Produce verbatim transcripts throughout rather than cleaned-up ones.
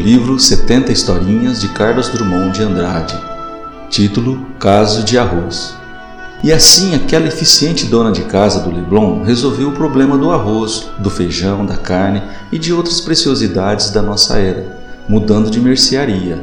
livro setenta Historinhas de Carlos Drummond de Andrade. Título: Caso de Arroz. E assim aquela eficiente dona de casa do Leblon resolveu o problema do arroz, do feijão, da carne e de outras preciosidades da nossa era, mudando de mercearia.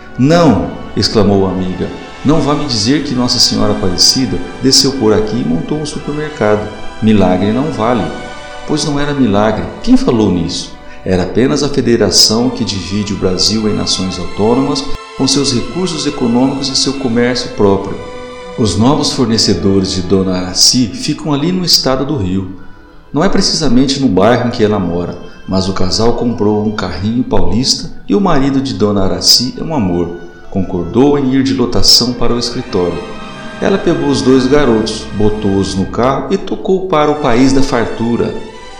Não! Exclamou a amiga. Não vá me dizer que Nossa Senhora Aparecida desceu por aqui e montou um supermercado. Milagre não vale. Pois não era milagre. Quem falou nisso? Era apenas a federação que divide o Brasil em nações autônomas com seus recursos econômicos e seu comércio próprio. Os novos fornecedores de Dona Araci ficam ali no estado do Rio. Não é precisamente no bairro em que ela mora, mas o casal comprou um carrinho paulista e o marido de Dona Araci é um amor. Concordou em ir de lotação para o escritório. Ela pegou os dois garotos, botou-os no carro e tocou para o país da fartura,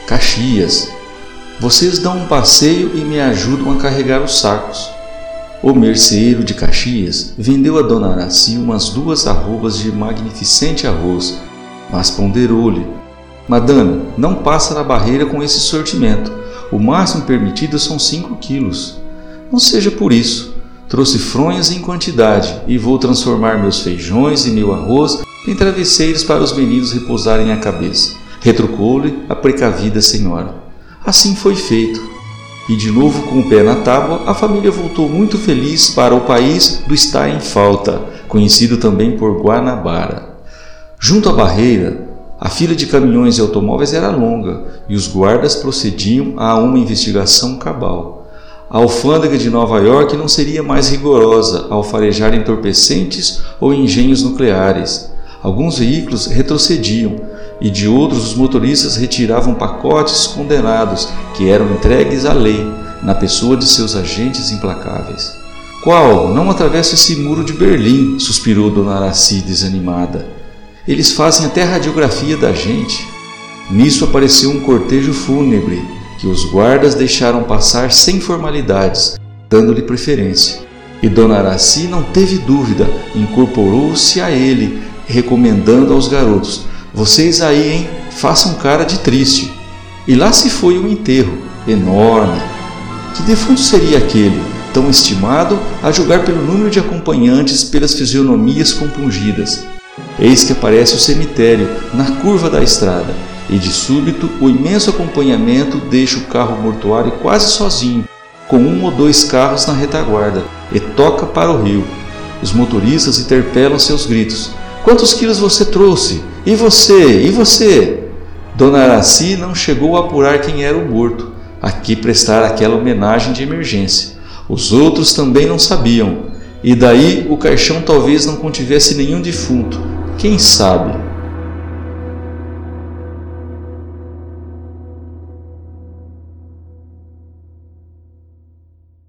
Caxias. Vocês dão um passeio e me ajudam a carregar os sacos. O merceeiro de Caxias vendeu a Dona Araci umas duas arrobas de magnificente arroz, mas ponderou-lhe: Madame, não passa na barreira com esse sortimento. O máximo permitido são cinco quilos. Não seja por isso. Trouxe fronhas em quantidade e vou transformar meus feijões e meu arroz em travesseiros para os meninos repousarem a cabeça. Retrucou-lhe a precavida senhora. Assim foi feito. E de novo com o pé na tábua, a família voltou muito feliz para o país do Está em Falta, conhecido também por Guanabara. Junto à barreira, a fila de caminhões e automóveis era longa e os guardas procediam a uma investigação cabal. A alfândega de Nova York não seria mais rigorosa ao farejar entorpecentes ou engenhos nucleares. Alguns veículos retrocediam e de outros os motoristas retiravam pacotes condenados que eram entregues à lei, na pessoa de seus agentes implacáveis. Qual? Não atravesso esse muro de Berlim, suspirou Dona Araci desanimada. Eles fazem até a radiografia da gente. Nisso apareceu um cortejo fúnebre, que os guardas deixaram passar sem formalidades, dando-lhe preferência. E Dona Araci não teve dúvida, incorporou-se a ele, recomendando aos garotos: vocês aí, hein, façam cara de triste. E lá se foi o enterro, enorme. Que defunto seria aquele, tão estimado, a julgar pelo número de acompanhantes, pelas fisionomias compungidas? Eis que aparece o cemitério, na curva da estrada, e de súbito o imenso acompanhamento deixa o carro mortuário quase sozinho, com um ou dois carros na retaguarda, e toca para o rio. Os motoristas interpelam seus gritos: quantos quilos você trouxe? E você? E você? Dona Araci não chegou a apurar quem era o morto, a que prestar aquela homenagem de emergência. Os outros também não sabiam, e daí o caixão talvez não contivesse nenhum defunto. Quem sabe?